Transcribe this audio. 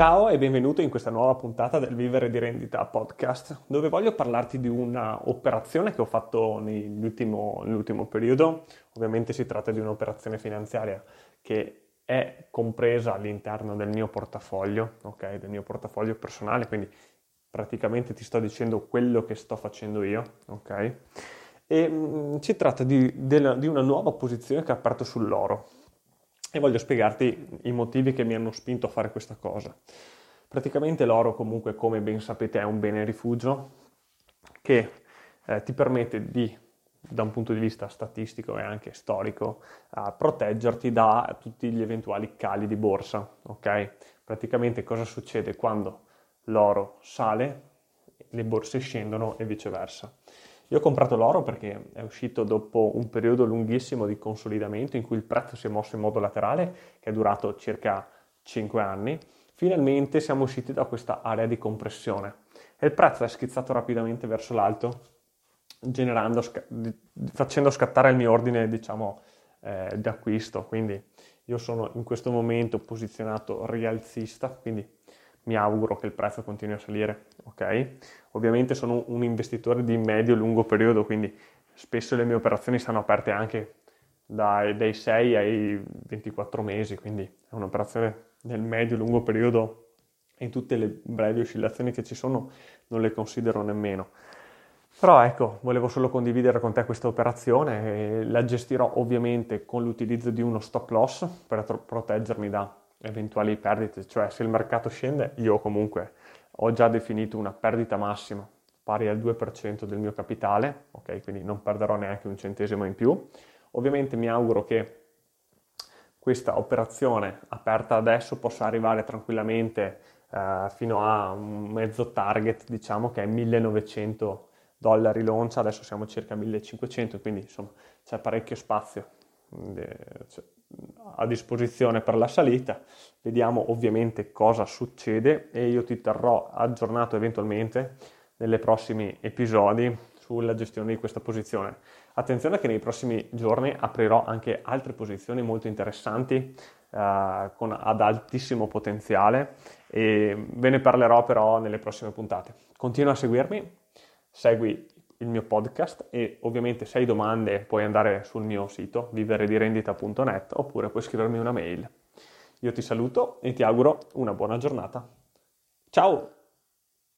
Ciao e benvenuto in questa nuova puntata del Vivere di Rendita podcast, dove voglio parlarti di una operazione che ho fatto nell'ultimo periodo. Ovviamente si tratta di un'operazione finanziaria che è compresa all'interno del mio portafoglio, ok? Del mio portafoglio personale, quindi praticamente ti sto dicendo quello che sto facendo io, ok? Si tratta di una nuova posizione che ho aperto sull'oro. E voglio spiegarti i motivi che mi hanno spinto a fare questa cosa. Praticamente l'oro comunque, come ben sapete, è un bene rifugio che ti permette da un punto di vista statistico e anche storico, proteggerti da tutti gli eventuali cali di borsa. Ok? Praticamente cosa succede quando l'oro sale, le borse scendono e viceversa. Io ho comprato l'oro perché è uscito dopo un periodo lunghissimo di consolidamento in cui il prezzo si è mosso in modo laterale, che è durato circa 5 anni. Finalmente siamo usciti da questa area di compressione e il prezzo è schizzato rapidamente verso l'alto, facendo scattare il mio ordine, di acquisto. Quindi io sono in questo momento posizionato rialzista, quindi mi auguro che il prezzo continui a salire, ok? Ovviamente sono un investitore di medio-lungo periodo, quindi spesso le mie operazioni stanno aperte anche dai 6 ai 24 mesi, quindi è un'operazione nel medio-lungo periodo e tutte le brevi oscillazioni che ci sono non le considero nemmeno. Però ecco, volevo solo condividere con te questa operazione e la gestirò ovviamente con l'utilizzo di uno stop loss per proteggermi da eventuali perdite, cioè se il mercato scende io comunque ho già definito una perdita massima pari al 2% del mio capitale, ok? Quindi non perderò neanche un centesimo in più. Ovviamente mi auguro che questa operazione aperta adesso possa arrivare tranquillamente fino a un mezzo target, diciamo che è $1.900 l'oncia, adesso siamo circa 1.500, quindi insomma c'è parecchio spazio a disposizione per la salita. Vediamo ovviamente cosa succede e io ti terrò aggiornato eventualmente nei prossimi episodi sulla gestione di questa posizione. Attenzione che nei prossimi giorni aprirò anche altre posizioni molto interessanti ad altissimo potenziale e ve ne parlerò però nelle prossime puntate. Continua a seguirmi, segui il mio podcast e ovviamente se hai domande puoi andare sul mio sito viveredirendita.net oppure puoi scrivermi una mail. Io ti saluto e ti auguro una buona giornata. Ciao!